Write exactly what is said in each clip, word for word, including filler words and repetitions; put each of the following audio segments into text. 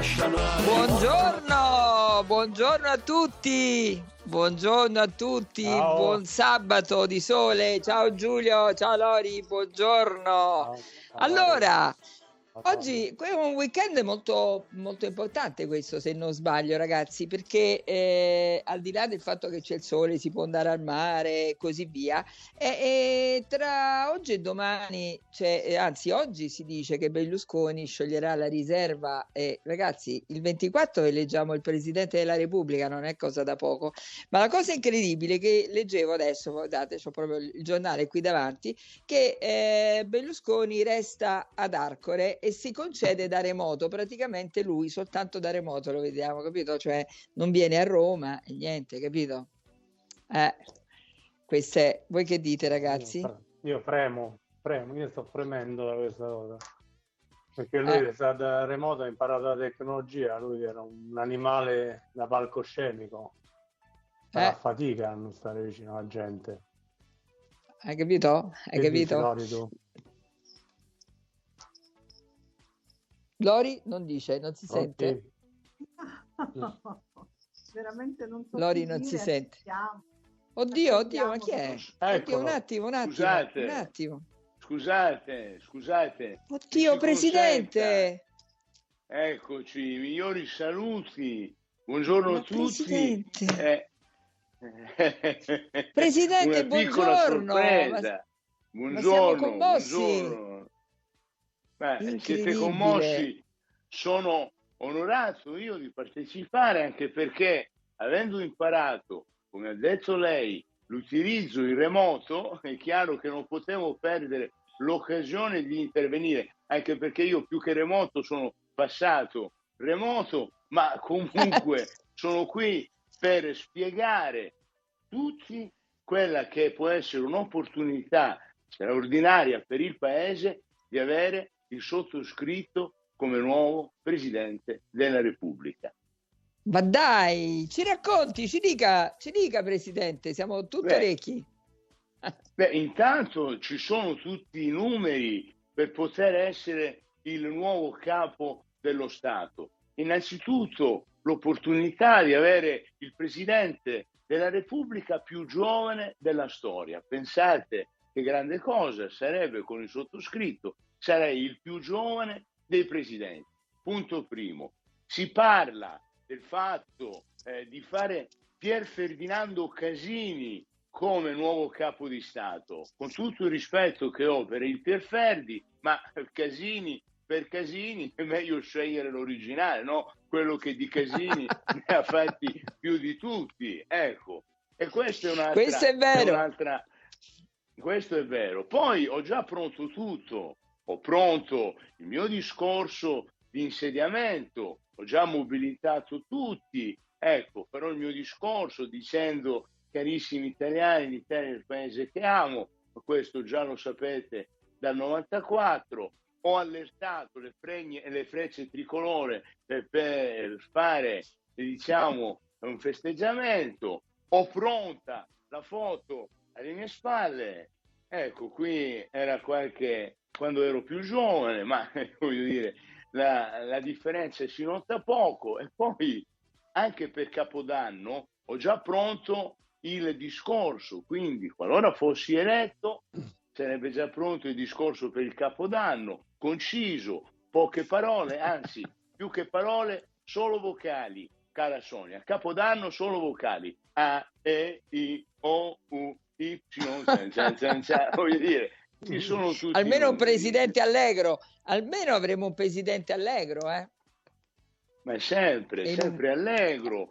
Buongiorno, buongiorno a tutti, buongiorno a tutti, Ciao. buon sabato di sole, ciao Giulio, ciao Lori, buongiorno. Ciao, ciao, Allora, ciao. oggi è un weekend molto, molto importante questo, se non sbaglio ragazzi, perché eh, al di là del fatto che c'è il sole, si può andare al mare e così via, e, e tra oggi e domani, c'è, eh, anzi oggi si dice che Berlusconi scioglierà la riserva e ragazzi il ventiquattro eleggiamo il Presidente della Repubblica, non è cosa da poco, ma la cosa incredibile che leggevo adesso, guardate, c'ho proprio il giornale qui davanti, che eh, Berlusconi resta ad Arcore e si concede da remoto, praticamente lui soltanto da remoto lo vediamo, capito? Cioè non viene a Roma e niente, capito? Eh, questo è... Voi che dite ragazzi? Io, io premo, premo, io sto fremendo da questa cosa. Perché lui Eh, sa da remoto, ha imparato la tecnologia, lui era un animale da palcoscenico. Farà eh, fatica a non stare vicino alla gente. hai capito? Hai Che dici, capito? Lori, tu? Lori non dice, non si sente? Pronti? Veramente non so Lori che non si dire. sente. Aspettiamo. Oddio, oddio, ma Aspettiamo. chi è? Non s- Oddio, un Eccolo. attimo, un attimo, Scusate. un attimo. Scusate, scusate. mi Oddio, si Presidente! consenta. Eccoci, i migliori saluti. Buongiorno Ma a tutti. Presidente! Eh, Presidente, Una piccola buongiorno! sorpresa. Ma siamo Buongiorno, commossi! buongiorno. Beh, siete Incredibile! commossi. Sono onorato io di partecipare, anche perché avendo imparato, come ha detto lei, l'utilizzo in remoto, è chiaro che non potevo perdere l'occasione di intervenire, anche perché io più che remoto sono passato remoto, ma comunque sono qui per spiegare tutti quella che può essere un'opportunità straordinaria per il Paese di avere il sottoscritto come nuovo Presidente della Repubblica. Ma dai, ci racconti, ci dica, ci dica Presidente, siamo tutto Beh, orecchi. Beh, intanto ci sono tutti i numeri per poter essere il nuovo capo dello Stato. Innanzitutto l'opportunità di avere il Presidente della Repubblica più giovane della storia. Pensate che grande cosa sarebbe con il sottoscritto, sarei il più giovane dei presidenti. Punto primo. Si parla del fatto eh, di fare Pier Ferdinando Casini come nuovo capo di Stato, con tutto il rispetto che ho per il Pierferdi, ma Casini per Casini è meglio scegliere l'originale, no? Quello che di Casini ne ha fatti più di tutti, ecco. E questo è un'altra, Questo è vero. è un'altra, questo è vero. Poi ho già pronto tutto, ho pronto il mio discorso di insediamento, ho già mobilitato tutti, ecco, farò il mio discorso dicendo: carissimi italiani, l'Italia è il paese che amo, questo già lo sapete dal novantaquattro, ho allertato le, fregne, le frecce tricolore per, per fare, diciamo, un festeggiamento, ho pronta la foto alle mie spalle, ecco, qui era qualche, quando ero più giovane, ma voglio dire, la, la differenza si nota poco. E poi anche per Capodanno ho già pronto il discorso, quindi qualora fossi eletto sarebbe già pronto il discorso per il Capodanno, conciso, poche parole, anzi più che parole solo vocali, cara Sonia. Capodanno solo vocali: A, E, I, O, U, Y, zan, zan, zan, zan. Voglio dire, ci sono tutti Almeno un numeri. presidente allegro, almeno avremo un presidente allegro, eh? Ma sempre, E sempre non... allegro.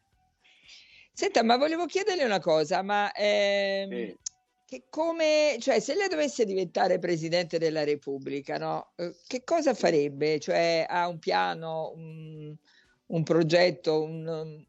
Senta, ma volevo chiederle una cosa, ma ehm, Eh. che come, cioè, se lei dovesse diventare Presidente della Repubblica, no? Eh, Che cosa farebbe? Cioè, ha un piano, un, un progetto, un...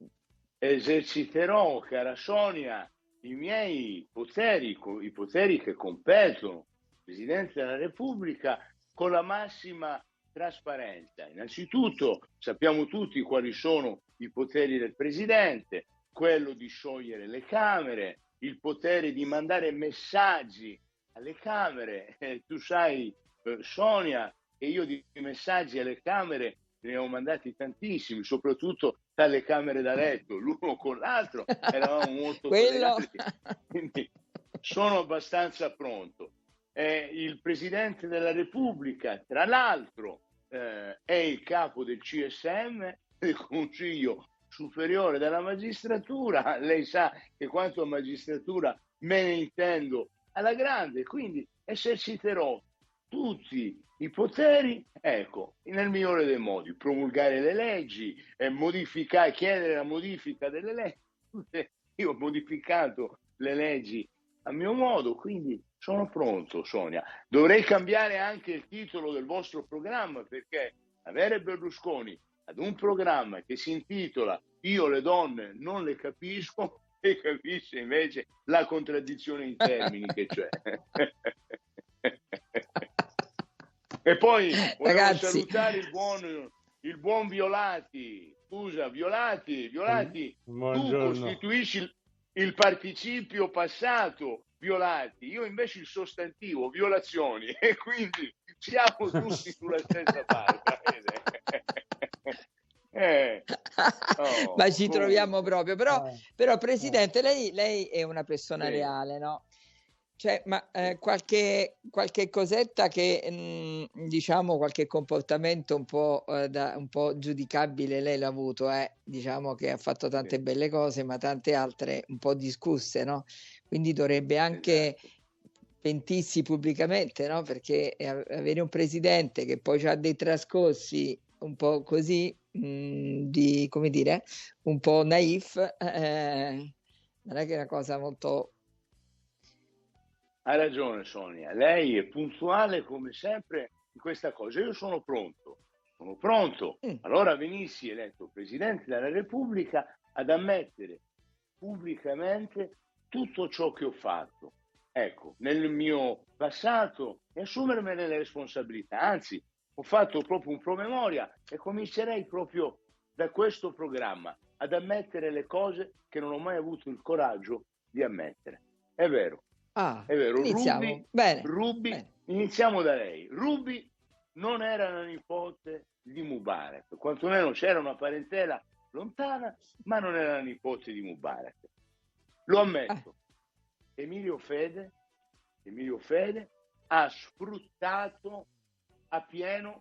Eserciterò, cara Sonia, i miei poteri, i poteri che competono al Presidente della Repubblica con la massima trasparenza. Innanzitutto sappiamo tutti quali sono i poteri del Presidente: quello di sciogliere le Camere, il potere di mandare messaggi alle Camere. Eh, tu sai, eh, Sonia, che io di messaggi alle Camere ne abbiamo mandati tantissimi, soprattutto dalle camere da letto, l'uno con l'altro, eravamo molto Quello... collegati, quindi sono abbastanza pronto. Eh, il Presidente della Repubblica, tra l'altro, eh, è il capo del C S M, del Consiglio Superiore della Magistratura. Lei sa che quanto a magistratura me ne intendo alla grande, quindi eserciterò tutti i poteri, ecco, nel migliore dei modi, promulgare le leggi, eh, modificare, chiedere la modifica delle leggi. Io ho modificato le leggi a mio modo, quindi sono pronto, Sonia. Dovrei cambiare anche il titolo del vostro programma, perché avere Berlusconi ad un programma che si intitola Io le donne non le capisco, e capisce invece la contraddizione in termini che c'è. E poi volevo Ragazzi, salutare il buon, il buon Violati. Scusa, Violati, Violati, Buongiorno. tu costituisci il, il participio passato, Violati, io invece il sostantivo, violazioni, e quindi siamo tutti sulla stessa barca. eh. Oh, ma ci comunque. troviamo proprio. Però, Eh, però Presidente, lei, lei è una persona Sì. reale, no? Cioè, ma eh, qualche, qualche cosetta che, mh, diciamo, qualche comportamento un po', eh, da, un po' giudicabile lei l'ha avuto, eh? Diciamo che ha fatto tante Sì. belle cose, ma tante altre un po' discusse, no? Quindi dovrebbe anche Esatto. pentirsi pubblicamente, no? Perché a- avere un presidente che poi ha dei trascorsi un po' così, mh, di, come dire, un po' naif, eh, non è che è una cosa molto... Ha ragione Sonia, lei è puntuale come sempre in questa cosa. Io sono pronto, sono pronto. Mm. Allora venissi eletto Presidente della Repubblica ad ammettere pubblicamente tutto ciò che ho fatto, ecco, nel mio passato, e assumermene le responsabilità. Anzi, ho fatto proprio un promemoria e comincerei proprio da questo programma ad ammettere le cose che non ho mai avuto il coraggio di ammettere. È vero. Ah, È vero, iniziamo. Ruby, Bene, Ruby bene. iniziamo da lei. Ruby non era la nipote di Mubarak, quantomeno c'era una parentela lontana, ma non era la nipote di Mubarak. Lo ammetto. Emilio Fede, Emilio Fede ha sfruttato appieno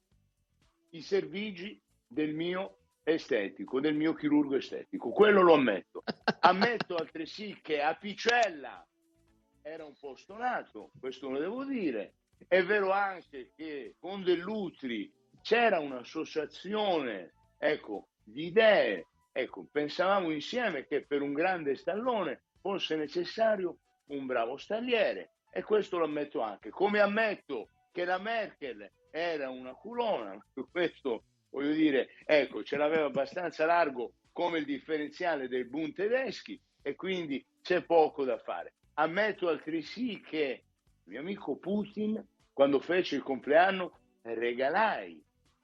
i servigi del mio estetico, del mio chirurgo estetico. Quello lo ammetto. Ammetto altresì che Apicella era un po' stonato, questo lo devo dire. È vero anche che con Dell'Utri c'era un'associazione, ecco, di idee. Ecco, pensavamo insieme che per un grande stallone fosse necessario un bravo stalliere, e questo lo ammetto anche. Come ammetto che la Merkel era una culona, questo voglio dire, ecco, ce l'aveva abbastanza largo come il differenziale dei Bund tedeschi, e quindi c'è poco da fare. Ammetto altresì che il mio amico Putin, quando fece il compleanno, regalai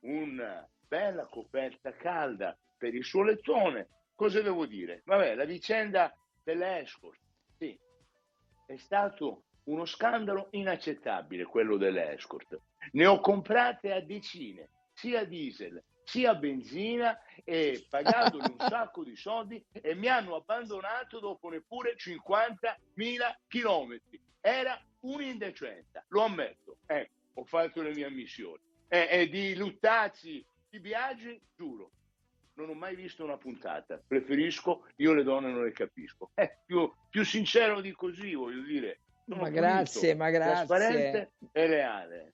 una bella coperta calda per il suo lettone. Cosa devo dire? Vabbè, la vicenda delle escort, sì, è stato uno scandalo inaccettabile quello delle escort. Ne ho comprate a decine, sia diesel sia benzina, e pagatoli un sacco di soldi, e mi hanno abbandonato dopo neppure cinquantamila chilometri. Era un'indecenza, lo ammetto. Eh, ho fatto le mie ammissioni. E eh, eh, di Luttazzi, di Biagi, giuro, non ho mai visto una puntata. Preferisco Io le donne non le capisco. Eh, più, più sincero di così, voglio dire. Sono Ma grazie, pulito, ma grazie. trasparente e reale.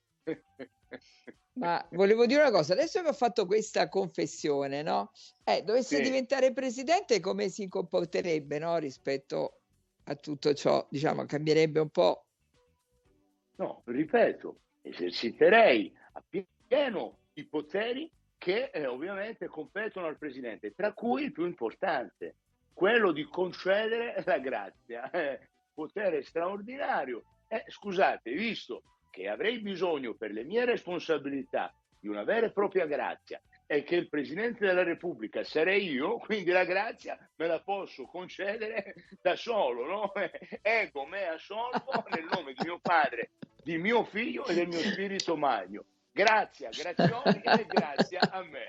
Ma volevo dire una cosa, adesso che ho fatto questa confessione, no? Eh, dovesse Sì. diventare presidente, come si comporterebbe, no? Rispetto a tutto ciò, diciamo, cambierebbe un po'. No, ripeto, eserciterei appieno i poteri che eh, ovviamente competono al Presidente, tra cui il più importante, quello di concedere la grazia, eh, potere straordinario. Eh, scusate, visto che avrei bisogno per le mie responsabilità di una vera e propria grazia, e che il Presidente della Repubblica sarei io, quindi la grazia me la posso concedere da solo, no? Ego me assolvo nel nome di mio padre, di mio figlio e del mio spirito magno. Grazie, Grazioni e grazie a me.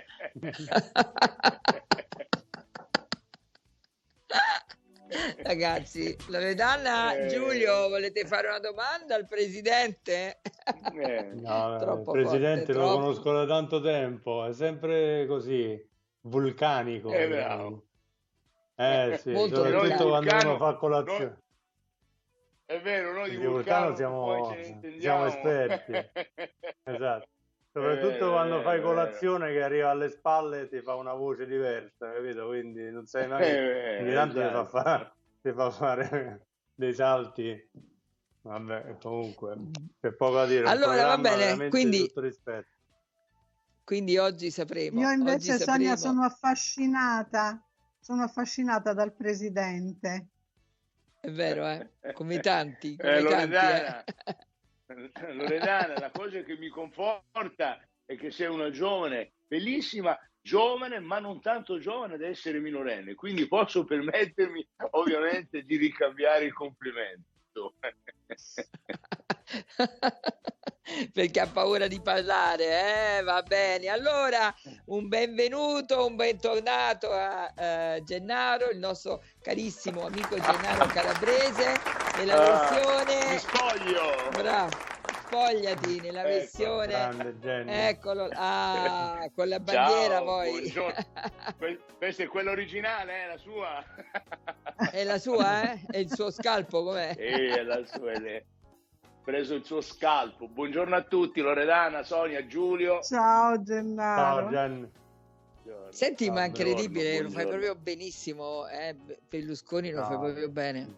Ragazzi, Loredana, Eh. Giulio, volete fare una domanda al presidente? Eh. No, Troppo il presidente forte, lo troppo. conosco da tanto tempo, è sempre così, vulcanico. Eh, diciamo. bravo. Eh sì, Molto soprattutto vulcanico. quando Vulcano, uno fa colazione. noi- È vero, noi di Di Vulcano Vulcano siamo- poi ce ne siamo intendiamo. esperti. Esatto. Soprattutto vero, quando è fai vero, colazione che arriva alle spalle e ti fa una voce diversa, capito? Quindi non sai mai, è vero, ogni tanto ti fa esatto. fare, ti fa fare dei salti. Vabbè, comunque, c'è poco da dire. un Allora, va programma bene, veramente quindi- di tutto rispetto. Quindi oggi sapremo. Io invece, oggi Sonia, sapremo. sono affascinata, sono affascinata dal presidente. È vero, eh? Come i tanti, come Eh, i tanti, Loredana, eh? Loredana, la cosa che mi conforta è che sei una giovane, bellissima, giovane, ma non tanto giovane da essere minorenne, quindi posso permettermi ovviamente di ricambiare il complimento. Perché ha paura di parlare, eh? Va bene. Allora, un benvenuto, un bentornato a eh, Gennaro, il nostro carissimo amico Gennaro Calabrese, nella Ah, versione... mi spoglio! Bravo, spogliati nella Ecco, versione... Grande Jenny. Eccolo, ah, con la bandiera Ciao, poi. buongiorno. Que- Questa è quella originale, è la sua? È la sua, eh? È il suo scalpo, com'è? Sì, è la sua. È preso il suo scalpo. Buongiorno a tutti, Loredana, Sonia, Giulio. Ciao Gennaro. Ciao Jenny. Buongiorno. Senti, ma è Buongiorno, incredibile, lo fai buongiorno. proprio benissimo, eh? Berlusconi lo No. fai proprio bene.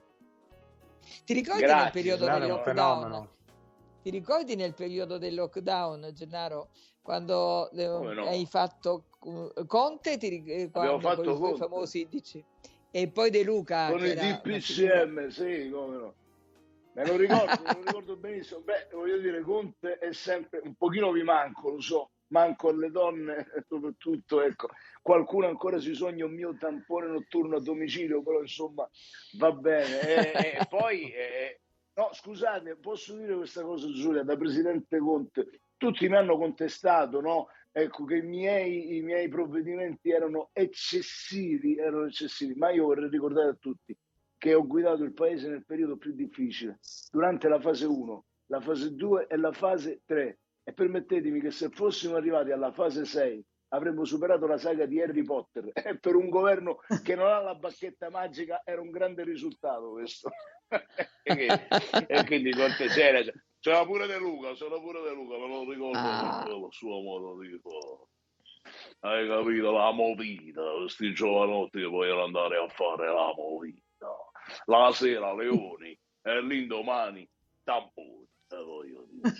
Ti ricordi Grazie, nel periodo Gennaro del è un lockdown? fenomeno. Ti ricordi nel periodo del lockdown, Gennaro, quando eh, Come no? hai fatto eh, Conte, ti, ri- eh, Abbiamo quando con fatto i suoi Conte. famosi dici, e poi De Luca, Con che il era D una P figura- C M, sì, come no. Me lo ricordo, me lo ricordo benissimo. Beh, voglio dire, Conte è sempre, un pochino vi manco, lo so, manco alle donne, soprattutto, ecco, qualcuno ancora si sogna un mio tampone notturno a domicilio, però insomma va bene. E, e poi, eh, no, scusate, posso dire questa cosa, Giulia, da presidente Conte, tutti mi hanno contestato, no? Ecco, che i miei, i miei provvedimenti erano eccessivi, erano eccessivi, ma io vorrei ricordare a tutti che ho guidato il paese nel periodo più difficile, durante la fase uno, la fase due e la fase tre. E permettetemi che se fossimo arrivati alla fase sei avremmo superato la saga di Harry Potter. E per un governo che non ha la bacchetta magica era un grande risultato questo. e, quindi, e quindi Conte c'era, c'era pure De Luca, c'era pure De Luca, me lo ricordo Ah. il suo modo di fare. Hai capito? La movida, questi giovanotti che vogliono andare a fare la movida. La sera Leoni e l'indomani tamponi. eh, voglio dire.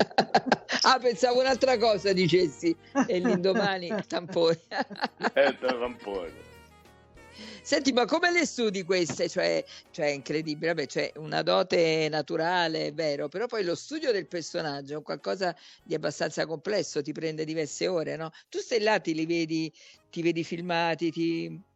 Ah, pensavo un'altra cosa dicessi, e l'indomani tamponi. Eh, tamponi. Senti, ma come le studi queste? Cioè, cioè è incredibile, vabbè, cioè una dote naturale, è vero, però poi lo studio del personaggio è un qualcosa di abbastanza complesso, ti prende diverse ore, no? Tu stai là, ti li vedi, ti vedi filmati, ti...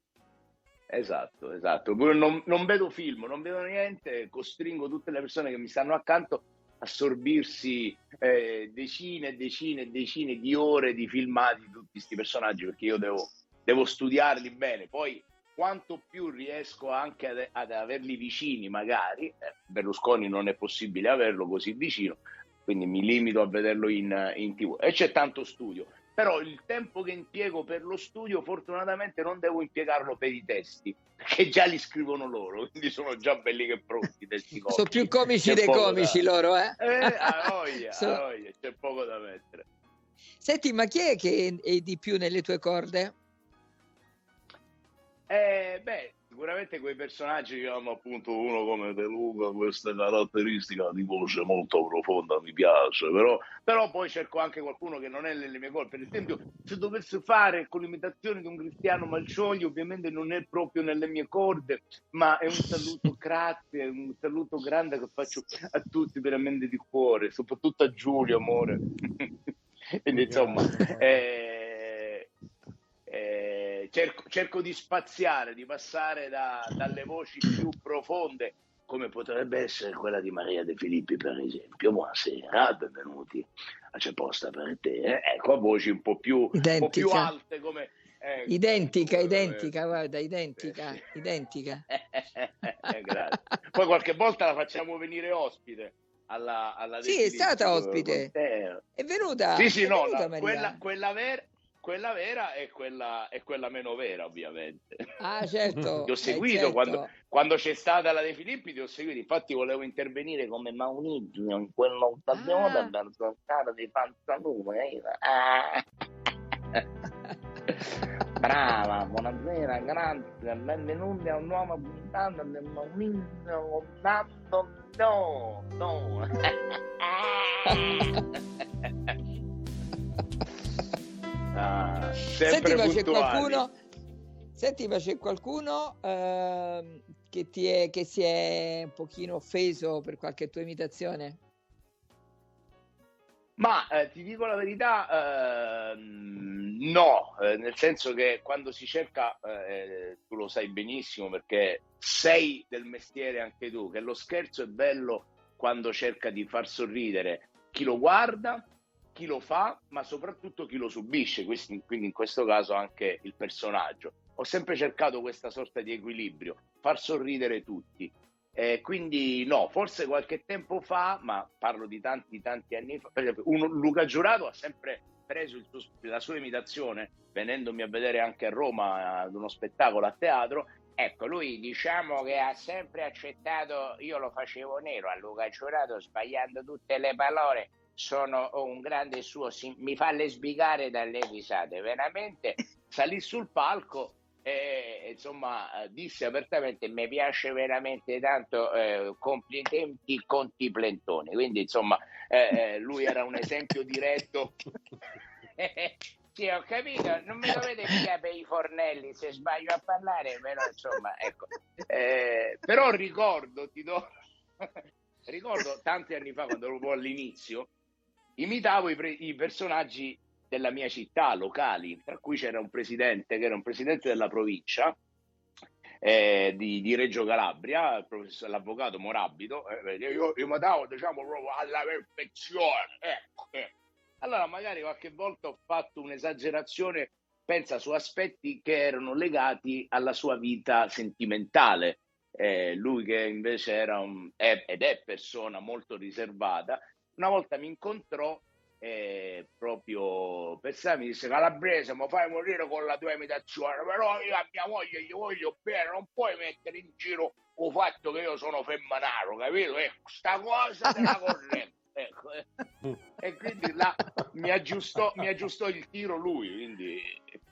Esatto, esatto. Pure Non, non vedo film, non vedo niente, costringo tutte le persone che mi stanno accanto a sorbirsi eh, decine e decine e decine di ore di filmati di tutti questi personaggi, perché io devo, devo studiarli bene. Poi quanto più riesco anche ad, ad averli vicini, magari, eh, Berlusconi non è possibile averlo così vicino, quindi mi limito a vederlo in, in tivù. E c'è tanto studio. Però il tempo che impiego per lo studio fortunatamente non devo impiegarlo per i testi, perché già li scrivono loro, quindi sono già belli che pronti i testi comici. Sono più comici C'è dei poco comici da... loro, eh? Eh, a voglia, So- a voglia, c'è poco da mettere. Senti, ma chi è che è di più nelle tue corde? Eh, beh, sicuramente quei personaggi che hanno appunto uno come De Luca, questa caratteristica di voce molto profonda mi piace, però, però poi cerco anche qualcuno che non è nelle mie corde. Per esempio, se dovessi fare con l'imitazione di un Cristiano Malciogli, ovviamente non è proprio nelle mie corde, ma è un saluto grazie, un saluto grande che faccio a tutti veramente di cuore, soprattutto a Giulio, amore. Quindi insomma... Eh, Eh, cerco, cerco di spaziare, di passare da, dalle voci più profonde come potrebbe essere quella di Maria De Filippi, per esempio. Buonasera, benvenuti a C'è posta per te. Eh? Ecco, a voci un po' più, un po' più alte come... Ecco, identica, come, identica, guarda, identica, eh, sì. identica. Grazie. Poi qualche volta la facciamo venire ospite alla, alla Sì, è stata ospite. È venuta. Sì, sì, è no, venuta, la, quella, quella, ver, quella vera è quella, è quella meno vera, ovviamente. Ah, certo. Ti ho seguito eh, certo. quando, quando c'è stata la De Filippi, ti ho seguito. Infatti volevo intervenire come Maurizio in quell'occasione Ah. per cercare di pantalone. Ah. Brava, buonasera, grazie, benvenuti a un nuovo puntata del Maurizio Tanto no, no. Ah, senti, ma c'è puntuali. qualcuno, senti, ma c'è qualcuno eh, che, ti è, che si è un pochino offeso per qualche tua imitazione? Ma eh, ti dico la verità, eh, no, eh, nel senso che quando si cerca, eh, tu lo sai benissimo perché sei del mestiere anche tu, che lo scherzo è bello quando cerca di far sorridere chi lo guarda, chi lo fa, ma soprattutto chi lo subisce, quindi, quindi in questo caso anche il personaggio. Ho sempre cercato questa sorta di equilibrio, far sorridere tutti. Eh, quindi no, forse qualche tempo fa, ma parlo di tanti tanti anni fa, per esempio un, Luca Giurato ha sempre preso il suo, la sua imitazione venendomi a vedere anche a Roma ad uno spettacolo a teatro. Ecco, lui diciamo che ha sempre accettato, io lo facevo nero a Luca Giurato sbagliando tutte le parole, sono un grande suo, mi fa lesbicare dalle risate, veramente salì sul palco e insomma disse apertamente mi piace veramente tanto, eh, complimenti conti plentoni, quindi insomma eh, lui era un esempio diretto. Sì, ho capito, non mi dovete mica per i fornelli se sbaglio a parlare, però insomma ecco, eh, però ricordo ti do ricordo tanti anni fa quando ero un po' all'inizio imitavo i, pre- i personaggi della mia città, locali, tra cui c'era un presidente che era un presidente della provincia eh, di, di Reggio Calabria, il professor, l'avvocato Morabito, eh, io, io mi davo diciamo proprio alla perfezione, ecco, eh. Allora magari qualche volta ho fatto un'esagerazione, pensa, su aspetti che erano legati alla sua vita sentimentale, eh, lui che invece era un, è, ed è persona molto riservata, una volta mi incontrò Eh, proprio per sé mi disse Calabrese mi fai morire con la tua imitazione, però io a mia moglie gli voglio bene, non puoi mettere in giro il fatto che io sono femminaro, capito? Ecco, sta cosa te la corretto, ecco, eh. E quindi là mi aggiustò, mi aggiustò il tiro lui, quindi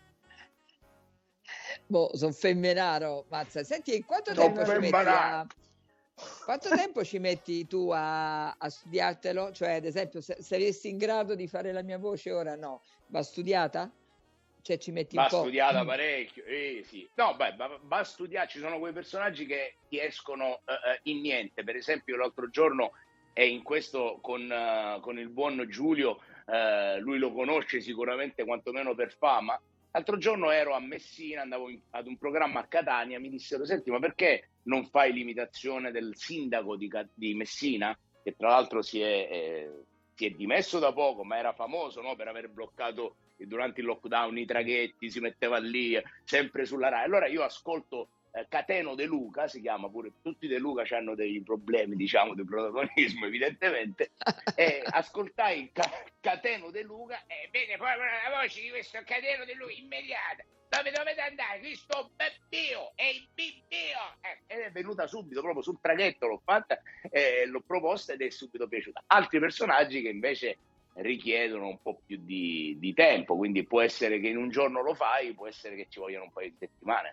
boh, sono femminaro, mazza. Senti, quanto Sono tempo ci metti femminaro. a... Quanto tempo ci metti tu a, a studiartelo? Cioè, ad esempio, se, se avessi in grado di fare la mia voce ora, no, va studiata? Cioè, ci metti va un po'? studiata parecchio, eh, sì. No, beh, va, va studiata. Ci sono quei personaggi che ti escono uh, in niente. Per esempio, l'altro giorno, e in questo con, uh, con il buon Giulio, uh, lui lo conosce sicuramente, quantomeno per fama. L'altro giorno ero a Messina, andavo in, ad un programma a Catania, mi dissero, senti, ma perché non fai l'imitazione del sindaco di, di Messina, che tra l'altro si è, eh, si è dimesso da poco, ma era famoso, no? Per aver bloccato durante il lockdown i traghetti, si metteva lì, eh, sempre sulla Rai. Allora io ascolto eh, Cateno De Luca, si chiama pure, tutti De Luca hanno dei problemi, diciamo, di protagonismo, evidentemente, e ascoltai Ca- Cateno De Luca e vede poi la voce di questo Cateno De Luca immediata. Dove dovete andare? Questo Beppio è il Bibbio! Eh, ed è venuta subito, proprio sul traghetto l'ho fatta, eh, l'ho proposta ed è subito piaciuta. Altri personaggi che invece richiedono un po' più di, di tempo, quindi può essere che in un giorno lo fai, può essere che ci vogliono un paio di settimane.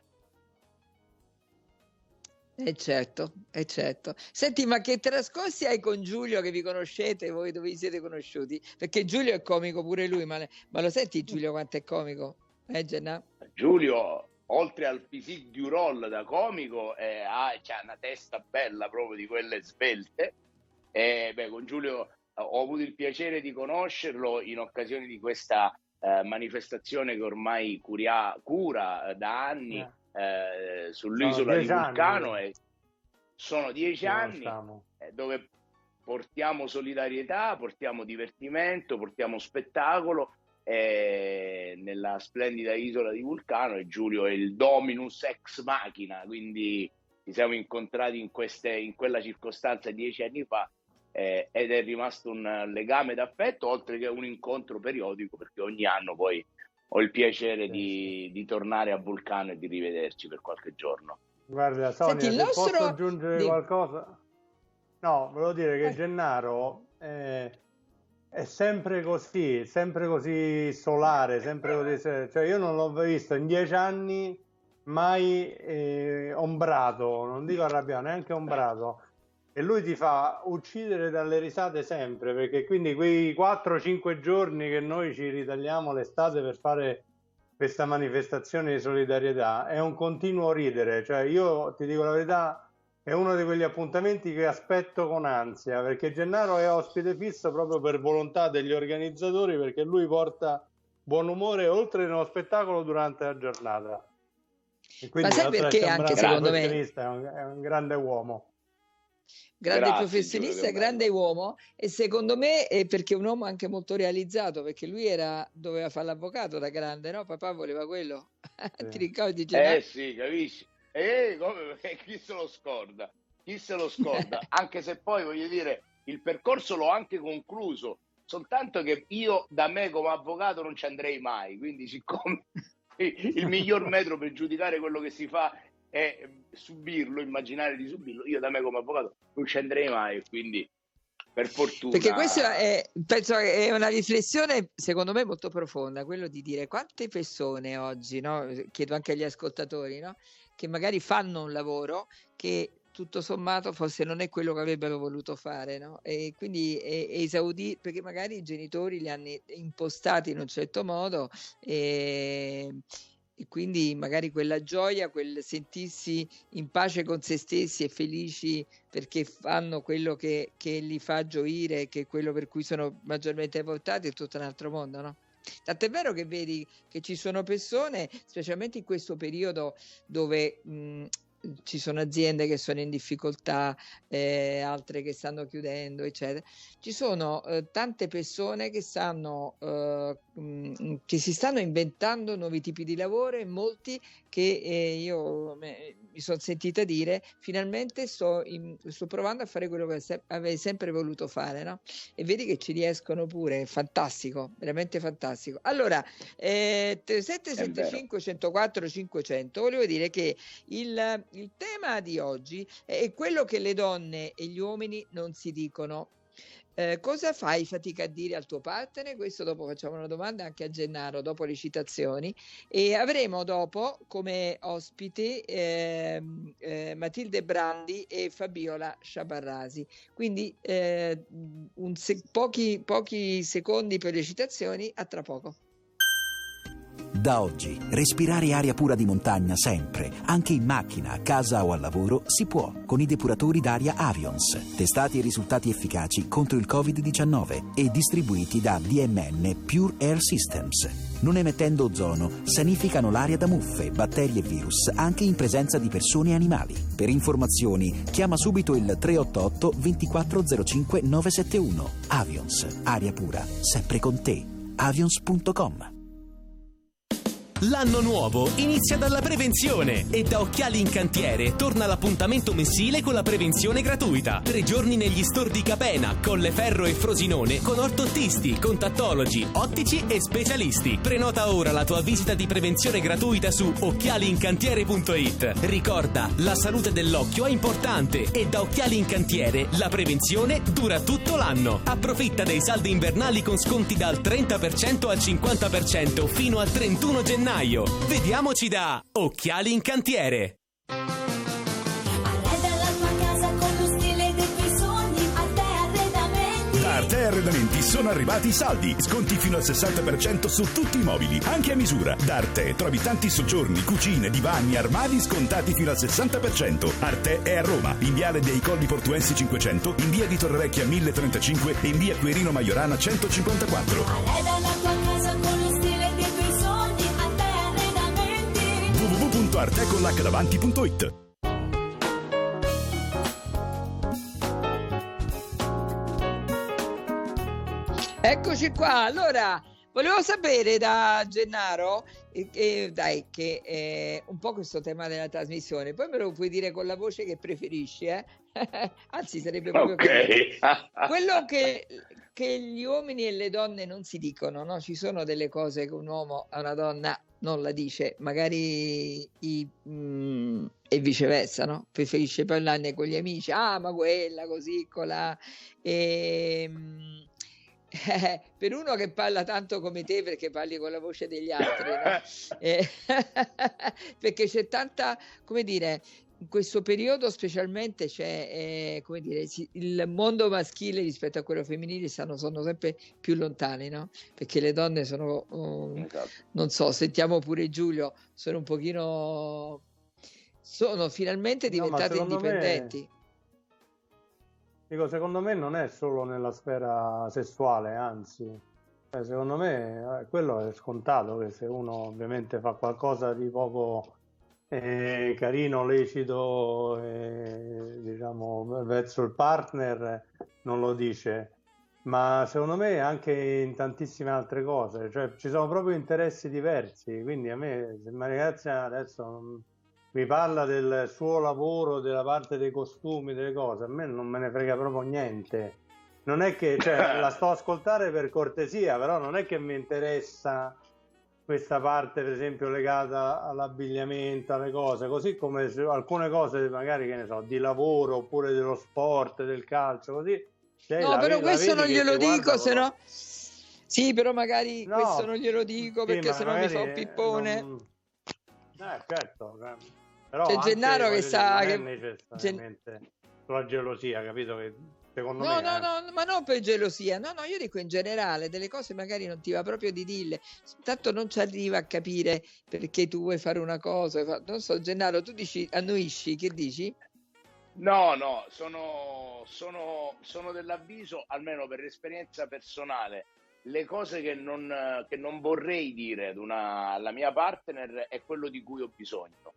Eh certo, eh certo. Senti, ma che trascorsi hai con Giulio, che vi conoscete, voi dove vi siete conosciuti? Perché Giulio è comico pure lui, ma, ma lo senti Giulio quanto è comico? Eh, Genna? Giulio, oltre al physique du role da comico, eh, ha c'ha una testa bella proprio di quelle svelte. E, beh, con Giulio ho avuto il piacere di conoscerlo in occasione di questa eh, manifestazione che ormai curia, cura eh, da anni eh, sull'isola di Vulcano. E, Sono dieci anni eh, dove portiamo solidarietà, portiamo divertimento, portiamo spettacolo eh, nella splendida isola di Vulcano, e Giulio è il dominus ex machina, quindi ci siamo incontrati in, queste, in quella circostanza dieci anni fa eh, ed è rimasto un legame d'affetto, oltre che un incontro periodico, perché ogni anno poi ho il piacere di, di tornare a Vulcano e di rivederci per qualche giorno. Guarda Sonia, Senti, se nostro... posso aggiungere Dì. qualcosa? No, volevo dire che Eh. Gennaro è, è sempre così, sempre così solare, sempre così, cioè io non l'ho visto in dieci anni mai eh, ombrato, non dico arrabbiato, neanche ombrato, e lui ti fa uccidere dalle risate sempre, perché quindi quei quattro cinque giorni che noi ci ritagliamo l'estate per fare questa manifestazione di solidarietà è un continuo ridere, cioè io ti dico la verità, è uno di quegli appuntamenti che aspetto con ansia, perché Gennaro è ospite fisso proprio per volontà degli organizzatori, perché lui porta buon umore oltre nello spettacolo durante la giornata. E quindi, Ma sai oltre a perché essere un anche bravo secondo me- professionista, è un, è un grande uomo. grande Grazie, professionista, Giulio, che grande uomo, e secondo me è perché è un uomo anche molto realizzato, perché lui era, doveva fare l'avvocato da grande, no? Papà voleva quello. Sì. Ti ricordi, Gennaro? Eh sì, capisci? Eh, come, chi se lo scorda? Chi se lo scorda? Anche se poi, voglio dire, il percorso l'ho anche concluso, soltanto che io da me come avvocato non ci andrei mai, quindi siccome il miglior metro per giudicare quello che si fa è subirlo, immaginare di subirlo, io da me come avvocato non ci andrei mai, quindi per fortuna. Perché questa è, penso che è una riflessione secondo me molto profonda, quello di dire quante persone oggi, no? Chiedo anche agli ascoltatori, no? Che magari fanno un lavoro che tutto sommato forse non è quello che avrebbero voluto fare, no? E quindi è, è esaudito, perché magari i genitori li hanno impostati in un certo modo e, e quindi magari quella gioia, quel sentirsi in pace con se stessi e felici perché fanno quello che, che li fa gioire, che è quello per cui sono maggiormente portati, è tutto un altro mondo, no? Tant'è vero che vedi che ci sono persone, specialmente in questo periodo dove mh, ci sono aziende che sono in difficoltà, eh, altre che stanno chiudendo, eccetera. Ci sono eh, tante persone che stanno eh, mh, che si stanno inventando nuovi tipi di lavoro, e molti che eh, io me, mi sono sentita dire finalmente sto, in, sto provando a fare quello che se, avevo sempre voluto fare, no? E vedi che ci riescono pure, è fantastico, veramente fantastico. Allora, eh, sette sette cinque, uno zero quattro, cinquecento, volevo dire che il Il tema di oggi è quello che le donne e gli uomini non si dicono. Eh, cosa fai fatica a dire al tuo partner? Questo dopo facciamo una domanda anche a Gennaro, dopo le citazioni, e avremo dopo come ospiti eh, eh, Matilde Brandi e Fabiola Sciabarrasi. Quindi eh, un se- pochi, pochi secondi per le citazioni, a tra poco. Da oggi, respirare aria pura di montagna sempre, anche in macchina, a casa o al lavoro, si può con i depuratori d'aria Avions, testati e risultati efficaci contro il covid diciannove e distribuiti da D M N Pure Air Systems. Non emettendo ozono, sanificano l'aria da muffe, batteri e virus, anche in presenza di persone e animali. Per informazioni, chiama subito il tre otto otto, due quattro zero cinque, nove sette uno. Avions, aria pura, sempre con te. avions punto com. L'anno nuovo inizia dalla prevenzione e da Occhiali in Cantiere torna l'appuntamento mensile con la prevenzione gratuita. Tre giorni negli store di Capena, Colleferro e Frosinone con ortottisti, contattologi, ottici e specialisti. Prenota ora la tua visita di prevenzione gratuita su occhiali in cantiere punto it. Ricorda, la salute dell'occhio è importante e da Occhiali in Cantiere la prevenzione dura tutto l'anno. Approfitta dei saldi invernali con sconti dal trenta per cento al cinquanta per cento fino al trentuno gennaio. Vediamoci da Occhiali in Cantiere. Arreda la tua casa con lo stile dei tuoi sogni. Arte Arredamenti. Da Arte Arredamenti sono arrivati i saldi, sconti fino al sessanta per cento su tutti i mobili, anche a misura. Da Arte trovi tanti soggiorni, cucine, divani, armadi scontati fino al sessanta per cento. Arte è a Roma, in viale dei Colli Portuensi cinquecento, in via di Torrevecchia mille trentacinque e in via Quirino Maiorana centocinquantaquattro. Arreda la tua casa con lo stile dei tuoi sogni. Arte Arredamenti. w w w punto arte con l'acca davanti punto it. Eccoci qua. Allora, volevo sapere da Gennaro, eh, eh, dai, che eh, un po' questo tema della trasmissione, poi me lo puoi dire con la voce che preferisci, eh? Anzi, sarebbe proprio Ok. quello che, che gli uomini e le donne non si dicono, no? Ci sono delle cose che un uomo a una donna non la dice, magari i, mm, e viceversa, no? Preferisce parlarne con gli amici, ah, ma quella così, colà. E, mm, eh, per uno che parla tanto come te, perché parli con la voce degli altri, no? Eh, perché c'è tanta, come dire, in questo periodo specialmente c'è, eh, come dire, si- il mondo maschile rispetto a quello femminile stanno, sono sempre più lontani, no? Perché le donne sono, um, Esatto. non so, sentiamo pure Giulio, sono un pochino, sono finalmente No, ma diventate secondo me, indipendenti. dico, secondo me non è solo nella sfera sessuale, anzi, cioè, secondo me eh, quello è scontato che se uno ovviamente fa qualcosa di poco eh, carino, lecito, eh, diciamo, verso il partner, eh, non lo dice. Ma secondo me anche in tantissime altre cose, cioè ci sono proprio interessi diversi, quindi a me, se una ragazza adesso non- mi parla del suo lavoro, della parte dei costumi, delle cose, a me non me ne frega proprio niente. Non è che, cioè, la sto a ascoltare per cortesia, però non è che mi interessa questa parte, per esempio, legata all'abbigliamento, alle cose, così come se alcune cose magari, che ne so, di lavoro oppure dello sport, del calcio, così. Lei No, la, però ve- la questo vedi non che glielo ti guarda dico, se con... no... Sì, però magari questo No, non glielo dico sì, perché ma se no mi magari fa un eh, pippone. non... Eh, certo, eh, però C'è anche, Gennaro che voglio dire, sa non è che... Gen- necessariamente la gelosia, capito? Che secondo No, me, no, eh. no, ma non per gelosia, no, no, io dico in generale, delle cose magari non ti va proprio di dirle, tanto non ci arriva a capire perché tu vuoi fare una cosa, vuoi fa- non so, Gennaro, tu dici, annuisci, che dici? No, no, sono, sono, sono dell'avviso, almeno per esperienza personale, le cose che non, eh, che non vorrei dire ad una, alla mia partner è quello di cui ho bisogno.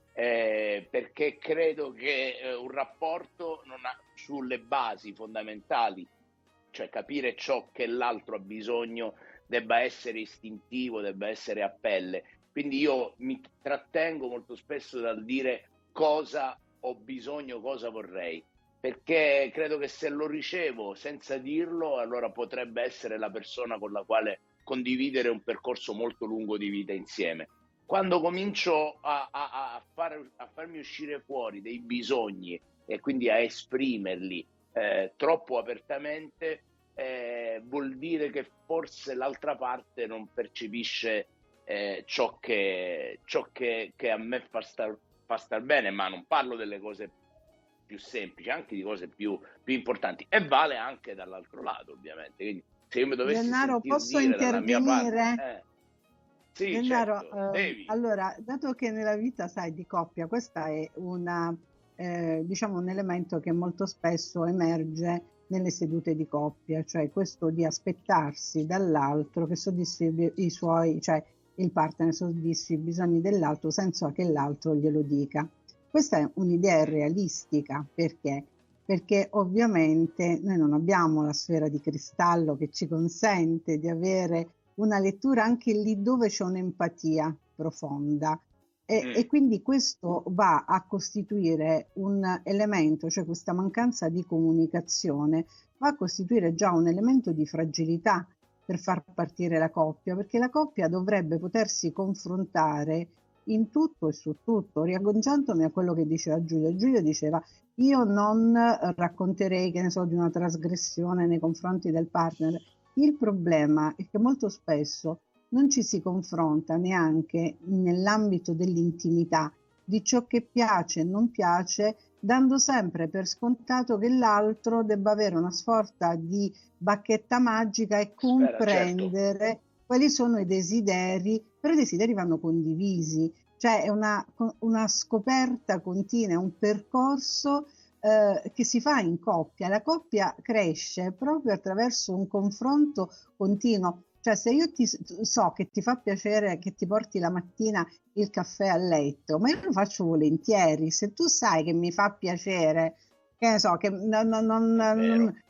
Eh, perché credo che eh, un rapporto non ha, sulle basi fondamentali, cioè capire ciò che l'altro ha bisogno, debba essere istintivo, debba essere a pelle. Quindi io mi trattengo molto spesso dal dire cosa ho bisogno, cosa vorrei, perché credo che se lo ricevo senza dirlo, allora potrebbe essere la persona con la quale condividere un percorso molto lungo di vita insieme. Quando comincio a, a, a, far, a farmi uscire fuori dei bisogni e quindi a esprimerli eh, troppo apertamente, eh, vuol dire che forse l'altra parte non percepisce eh, ciò, che, ciò che, che a me fa star, fa star bene, ma non parlo delle cose più semplici, anche di cose più, più importanti, e vale anche dall'altro lato, ovviamente. Quindi se io mi dovessi Gennaro, sentir posso dire dalla mia intervenire? parte, eh, sì, Gennaro, certo, eh, devi. allora, dato che nella vita, sai, di coppia, questa è una, eh, diciamo, un elemento che molto spesso emerge nelle sedute di coppia, cioè questo di aspettarsi dall'altro che soddisfi i suoi, cioè il partner soddisfi i bisogni dell'altro senza che l'altro glielo dica. Questa è un'idea realistica, perché? Perché ovviamente noi non abbiamo la sfera di cristallo che ci consente di avere una lettura anche lì dove c'è un'empatia profonda e, Mm. e quindi questo va a costituire un elemento, cioè questa mancanza di comunicazione va a costituire già un elemento di fragilità per far partire la coppia, perché la coppia dovrebbe potersi confrontare in tutto e su tutto, riagganciandomi a quello che diceva Giulio. Giulio diceva: io non racconterei, che ne so, di una trasgressione nei confronti del partner. Il problema è che molto spesso non ci si confronta neanche nell'ambito dell'intimità di ciò che piace e non piace, dando sempre per scontato che l'altro debba avere una sorta di bacchetta magica e comprendere certo. quali sono i desideri, però i desideri vanno condivisi, cioè è una, una scoperta continua, un percorso eh, che si fa in coppia. La coppia cresce proprio attraverso un confronto continuo. Cioè, se io ti so che ti fa piacere che ti porti la mattina il caffè a letto, ma io lo faccio volentieri. Se tu sai che mi fa piacere, che ne so, che non, non, non,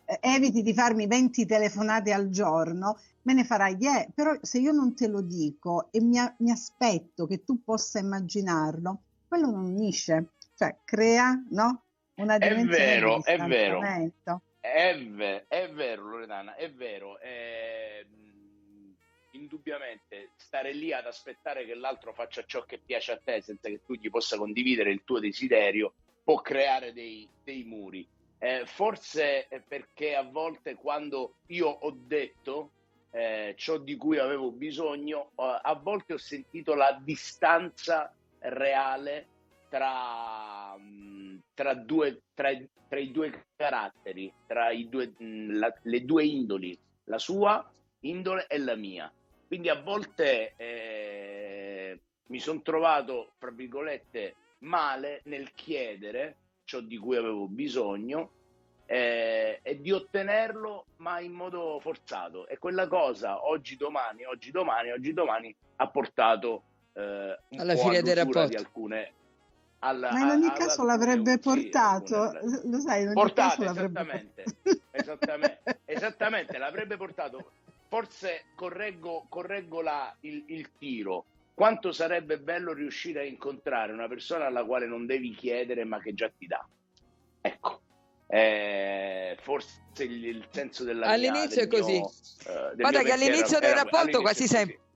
eviti di farmi venti telefonate al giorno, me ne farai dieci, però se io non te lo dico e mi, mi aspetto che tu possa immaginarlo, quello non unisce, cioè crea, no? Una dimensione È vero, di è vero. distanziamento. È, ve- è vero Loredana, è vero, è, mh, indubbiamente stare lì ad aspettare che l'altro faccia ciò che piace a te senza che tu gli possa condividere il tuo desiderio può creare dei, dei muri. Eh, forse è perché a volte quando io ho detto eh, ciò di cui avevo bisogno, eh, a volte ho sentito la distanza reale tra, mh, tra, due, tra, tra i due caratteri, tra i due, mh, la, le due indoli, la sua indole e la mia. Quindi a volte eh, mi sono trovato, fra virgolette, male nel chiedere ciò di cui avevo bisogno eh, e di ottenerlo, ma in modo forzato. E quella cosa, oggi domani, oggi domani, oggi domani, ha portato eh, un alla po' fine del all'usura rapporto. di alcune... Alla, Ma in ogni alla, caso alla, l'avrebbe sì, portato, alcune, lo sai, in ogni portato, caso l'avrebbe esattamente, portato. esattamente, esattamente, l'avrebbe portato. Forse correggo, correggo la, il, il tiro. Quanto sarebbe bello riuscire a incontrare una persona alla quale non devi chiedere ma che già ti dà. Ecco, eh, forse il, il senso della all'inizio mia, è del così. mio, uh, del Guarda mio che all'inizio era, del era, rapporto all'inizio quasi è sempre così.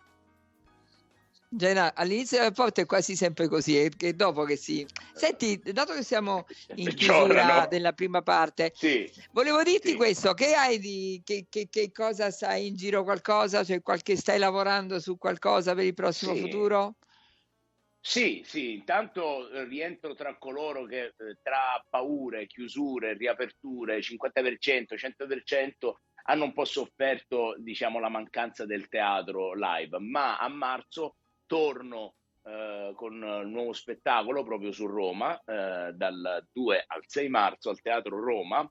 Gena, all'inizio del rapporto è quasi sempre così, e che dopo che si... Senti, dato che siamo in chiusura Peggiorano. della prima parte, Sì, volevo dirti sì. questo, che hai di... Che, che, che cosa sai in giro, qualcosa? Cioè qualche, stai lavorando su qualcosa per il prossimo Sì. futuro? Sì, sì, intanto eh, rientro tra coloro che eh, tra paure, chiusure, riaperture, cinquanta per cento, cento per cento hanno un po' sofferto, diciamo, la mancanza del teatro live, ma a marzo torno eh, con un nuovo spettacolo proprio su Roma, eh, dal due al sei marzo al Teatro Roma,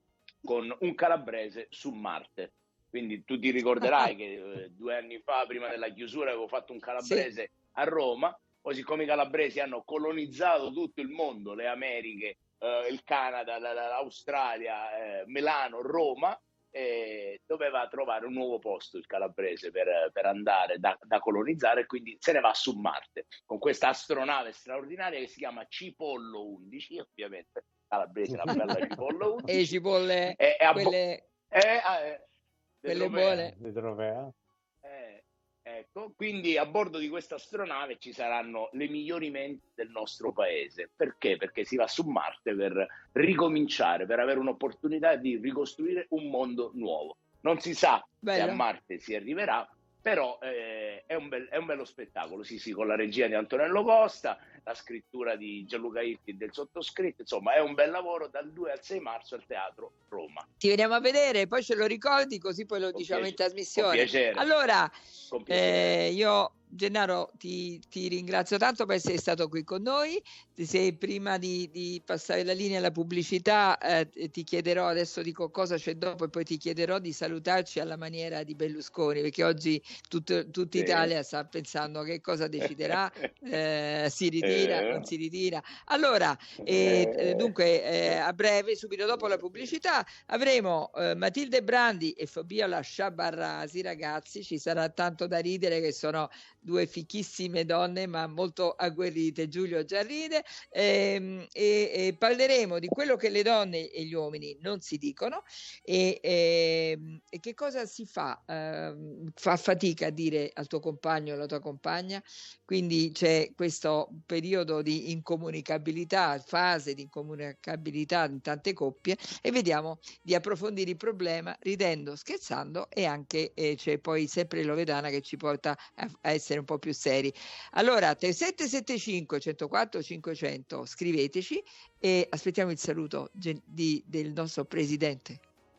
con un calabrese su Marte. Quindi tu ti ricorderai che eh, due anni fa, prima della chiusura, avevo fatto un calabrese sì. a Roma. Poi, siccome i calabresi hanno colonizzato tutto il mondo, le Americhe, eh, il Canada, la, la, l'Australia, eh, Milano, Roma, eh, doveva trovare un nuovo posto il calabrese per, per andare da, da colonizzare, e quindi se ne va su Marte con questa astronave straordinaria che si chiama Cipollo undici, ovviamente calabrese, la bella Cipollo undici. E cipolle, e, e quelle, eh, eh, quelle buone. Di Trovea. Eh, ecco, quindi a bordo di questa astronave ci saranno le migliori menti del nostro paese. Perché? Perché si va su Marte per ricominciare, per avere un'opportunità di ricostruire un mondo nuovo. Non si sa Bello. se a Marte si arriverà, però eh, è, un bel, è un bello spettacolo, sì sì, con la regia di Antonello Costa, la scrittura di Gianluca Irti e del sottoscritto, insomma è un bel lavoro dal due al sei marzo al Teatro Roma. Ti veniamo a vedere, poi ce lo ricordi, così poi lo con diciamo piacere, in trasmissione. Con piacere. Allora, con piacere. Eh, io Gennaro ti, ti ringrazio tanto per essere stato qui con noi. Se prima di, di passare la linea alla pubblicità eh, ti chiederò, adesso dico cosa c'è dopo e poi ti chiederò di salutarci alla maniera di Berlusconi, perché oggi tutta tut Italia sta pensando che cosa deciderà, eh, si ritira, non si ritira. Allora, eh, dunque eh, a breve, subito dopo la pubblicità, avremo eh, Matilde Brandi e Fabiola Sciabarrasi, ragazzi, ci sarà tanto da ridere, che sono due fichissime donne ma molto agguerrite. Giulio già ride, ehm, e, e parleremo di quello che le donne e gli uomini non si dicono e, e, e che cosa si fa, ehm, fa fatica a dire al tuo compagno o alla tua compagna, quindi c'è questo periodo di incomunicabilità, fase di incomunicabilità in tante coppie, e vediamo di approfondire il problema ridendo, scherzando, e anche eh, c'è poi sempre Loredana che ci porta a, a essere un po' più seri. Allora tre sette sette cinque uno zero quattro cinquecento, scriveteci e aspettiamo il saluto di, del nostro presidente.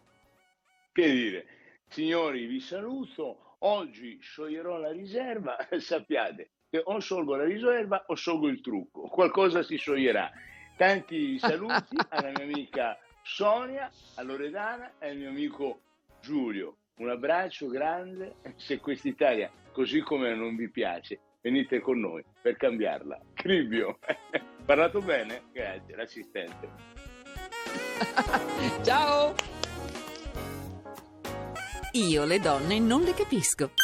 Che dire, signori, vi saluto. Oggi scioglierò la riserva, sappiate che o sciolgo la riserva o sciolgo il trucco, qualcosa si scioglierà. Tanti saluti alla mia amica Sonia, a Loredana e al mio amico Giulio. Un abbraccio grande. Se questa Italia così come non vi piace, venite con noi per cambiarla. Cribio, parlato bene? Grazie, l'assistente. Ciao! Io le donne non le capisco.